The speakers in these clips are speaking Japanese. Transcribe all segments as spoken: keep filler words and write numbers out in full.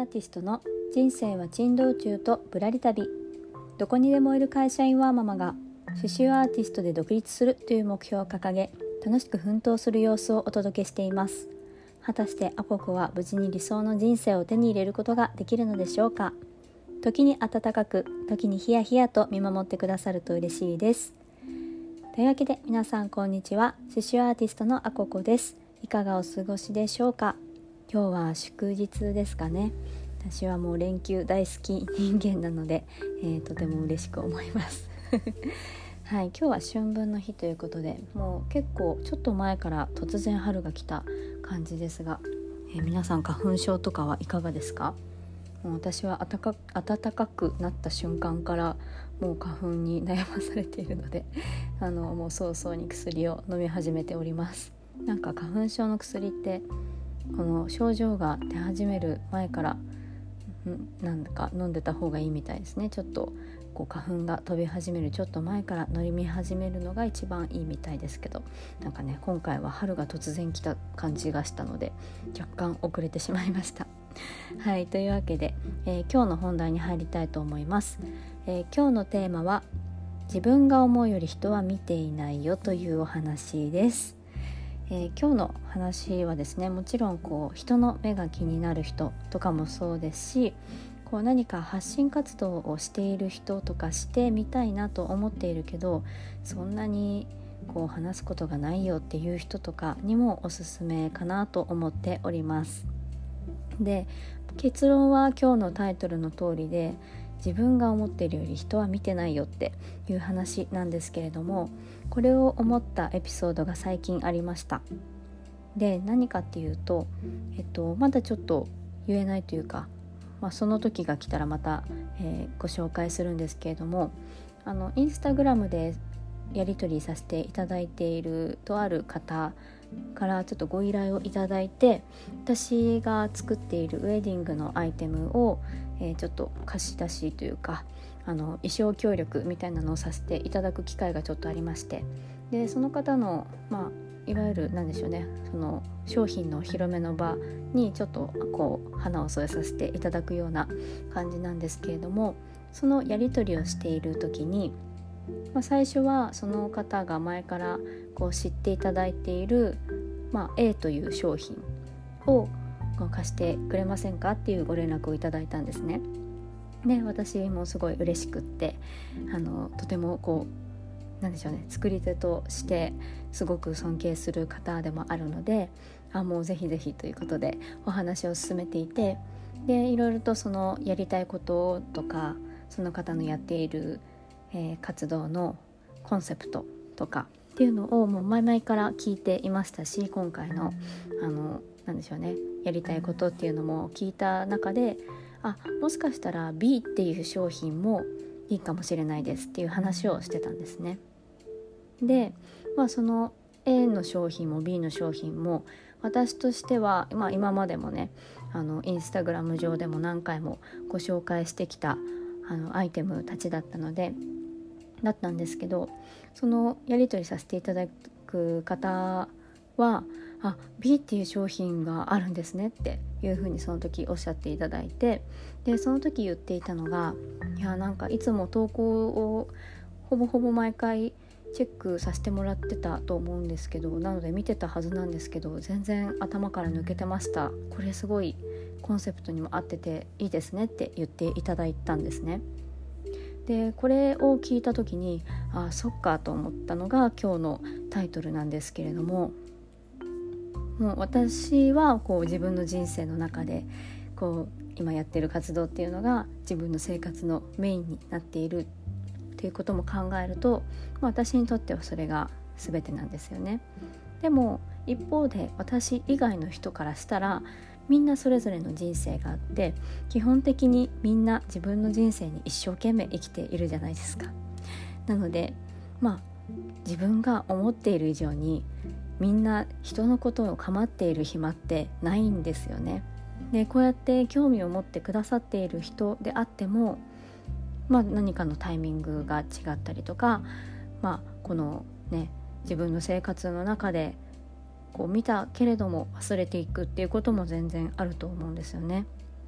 ーティストの人生は珍道中とぶらり旅。どこにでもいる会社員ワーママが刺繍アーティストで独立するという目標を掲げ、楽しく奮闘する様子をお届けしています。果たしてアココは無事に理想の人生を手に入れることができるのでしょうか。時に温かく、時にヒヤヒヤと見守ってくださると嬉しいです。というわけで皆さんこんにちは。刺繍アーティストのアココです。いかがお過ごしでしょうか。今日は祝日ですかね。私はもう連休大好き人間なので、えー、とても嬉しく思いますはい、今日は春分の日ということで、もう結構ちょっと前から突然春が来た感じですが、えー、皆さん花粉症とかはいかがですか。もう私は暖か、暖かくなった瞬間からもう花粉に悩まされているのであのもう早々に薬を飲み始めております。なんか花粉症の薬ってこの症状が出始める前からなんだか飲んでた方がいいみたいですね。ちょっとこう花粉が飛び始めるちょっと前から飲み始めるのが一番いいみたいですけど、なんかね今回は春が突然来た感じがしたので若干遅れてしまいましたはい、というわけで、えー、今日の本題に入りたいと思います。えー、今日のテーマは自分が思うより人は見ていないよというお話です。えー、今日の話はですね、もちろんこう人の目が気になる人とかもそうですし、こう何か発信活動をしている人とかしてみたいなと思っているけど、そんなにこう話すことがないよっていう人とかにもおすすめかなと思っております。で、結論は今日のタイトルの通りで、自分が思っているより人は見てないよっていう話なんですけれども、これを思ったエピソードが最近ありました。で、何かっていうと、えっと、まだちょっと言えないというか、まあ、その時が来たらまた、えー、ご紹介するんですけれども、あのインスタグラムでやり取りさせていただいているとある方からちょっとご依頼をいただいて、私が作っているウェディングのアイテムを、えー、ちょっと貸し出しというか、あの衣装協力みたいなのをさせていただく機会がちょっとありまして、でその方の、まあ、いわゆるなんでしょうね、その商品のお披露目の場にちょっとこう花を添えさせていただくような感じなんですけれども、そのやり取りをしている時に、まあ、最初はその方が前からこう知っていただいている、まあ、A という商品を貸してくれませんかっていうご連絡をいただいたんですね。で、私もすごい嬉しくって、あのとてもこうなんでしょうね、作り手としてすごく尊敬する方でもあるので、あもうぜひぜひということでお話を進めていて、でいろいろとそのやりたいこととか、その方のやっている、えー、活動のコンセプトとかっていうのをもう前々から聞いていましたし、今回のあのなんでしょうね、やりたいことっていうのも聞いた中で、あもしかしたら B っていう商品もいいかもしれないですっていう話をしてたんですね。で、まあ、その A の商品も B の商品も私としては、まあ、今までもね、あのインスタグラム上でも何回もご紹介してきたあのアイテムたちだったのでだったんですけど、そのやり取りさせていただく方は、あ B っていう商品があるんですねっていうふうにその時おっしゃっていただいて、でその時言っていたのが、いやなんかいつも投稿をほぼほぼ毎回チェックさせてもらってたと思うんですけど、なので見てたはずなんですけど全然頭から抜けてました。これすごいコンセプトにも合ってていいですねって言っていただいたんですね。でこれを聞いた時に、あそっかと思ったのが今日のタイトルなんですけれども、もう私はこう自分の人生の中でこう今やってる活動っていうのが自分の生活のメインになっているっていうことも考えると、まあ、私にとってはそれが全てなんですよね。でも一方で私以外の人からしたらみんなそれぞれの人生があって、基本的にみんな自分の人生に一生懸命生きているじゃないですか。なのでまあ自分が思っている以上にみんな人のことを構っている暇ってないんですよね。でこうやって興味を持ってくださっている人であっても、まあ、何かのタイミングが違ったりとか、まあこのね自分の生活の中でこう見たけれども忘れていくっていうことも全然あると思うんですよね。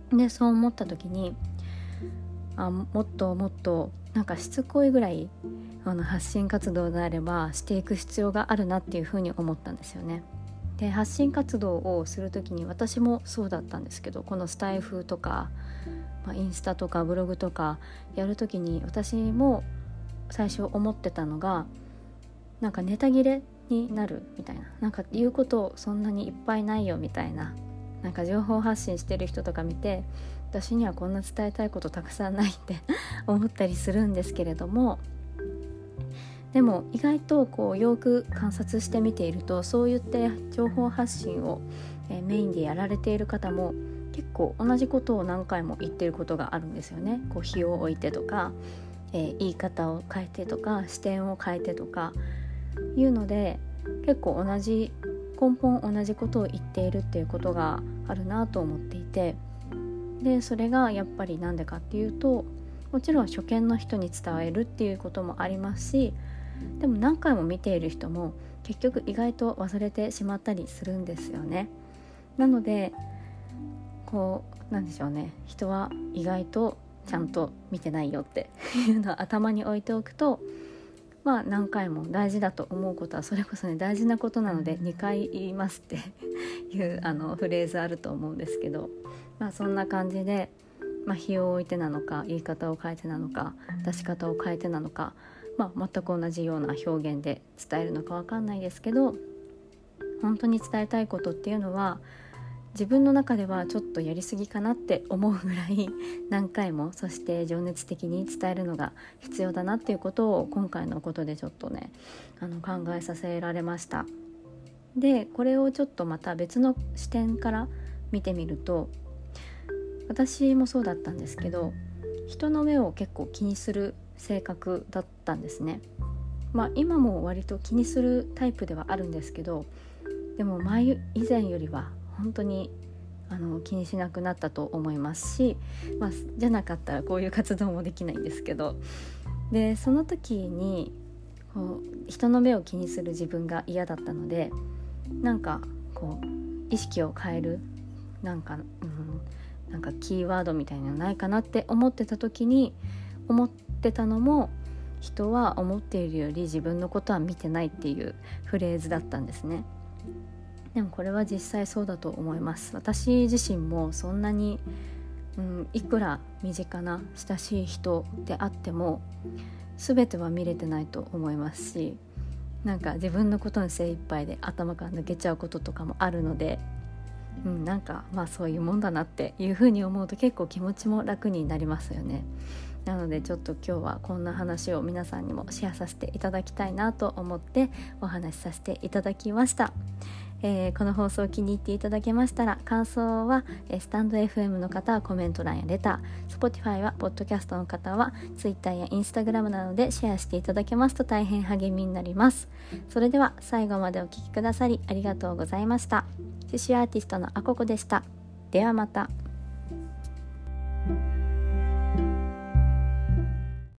でそう思った時にあもっともっとなんかしつこいぐらいあの発信活動であればしていく必要があるなっていうふうに思ったんですよね。で発信活動をする時に私もそうだったんですけど、このスタイフとか、まあ、インスタとかブログとかやる時に私も最初思ってたのが、なんかネタ切れになるみたいな、なんか言うことそんなにいっぱいないよみたいな、なんか情報発信してる人とか見て、私にはこんな伝えたいことたくさんないって思ったりするんですけれども、でも意外とこうよく観察してみていると、そういって情報発信をメインでやられている方も結構同じことを何回も言っていることがあるんですよね。こう日を置いてとか、えー、言い方を変えてとか視点を変えてとかいうので、結構同じ根本同じことを言っているっていうことがあるなと思っていて、でそれがやっぱりなんでかっていうと、もちろん初見の人に伝えるっていうこともありますし、でも何回も見ている人も結局意外と忘れてしまったりするんですよね。なのでこうなんでしょうね、人は意外とちゃんと見てないよっていうのを頭に置いておくと、まあ何回も大事だと思うことはそれこそね大事なことなのでにかい言いますっていうあのフレーズあると思うんですけど、まあそんな感じで、まあ、日を置いてなのか言い方を変えてなのか出し方を変えてなのか、まあ、全く同じような表現で伝えるのか分かんないですけど、本当に伝えたいことっていうのは自分の中ではちょっとやりすぎかなって思うぐらい何回も、そして情熱的に伝えるのが必要だなっていうことを今回のことでちょっとねあの考えさせられました。でこれをちょっとまた別の視点から見てみると、私もそうだったんですけど、人の目を結構気にする性格だったんですね。まあ今も割と気にするタイプではあるんですけど、でも前以前よりは本当にあの気にしなくなったと思いますし、まあ、じゃなかったらこういう活動もできないんですけど、でその時にこう人の目を気にする自分が嫌だったので、なんかこう意識を変えるなんか、うん、なんかキーワードみたいなのないかなって思ってた時に思ってたのも、人は思っているより自分のことは見てないっていうフレーズだったんですね。でもこれは実際そうだと思います。私自身もそんなに、うん、いくら身近な親しい人であっても全ては見れてないと思いますし、なんか自分のことに精一杯で頭から抜けちゃうこととかもあるので、うん、なんかまあそういうもんだなっていうふうに思うと結構気持ちも楽になりますよね。なのでちょっと今日はこんな話を皆さんにもシェアさせていただきたいなと思ってお話しさせていただきました。えー、この放送を気に入っていただけましたら、感想はスタンド エフエム の方はコメント欄やレター、 Spotify はポッドキャストの方は Twitter や Instagram などでシェアしていただけますと大変励みになります。それでは最後までお聞きくださりありがとうございました。刺繍アーティストのあここでした。ではまた。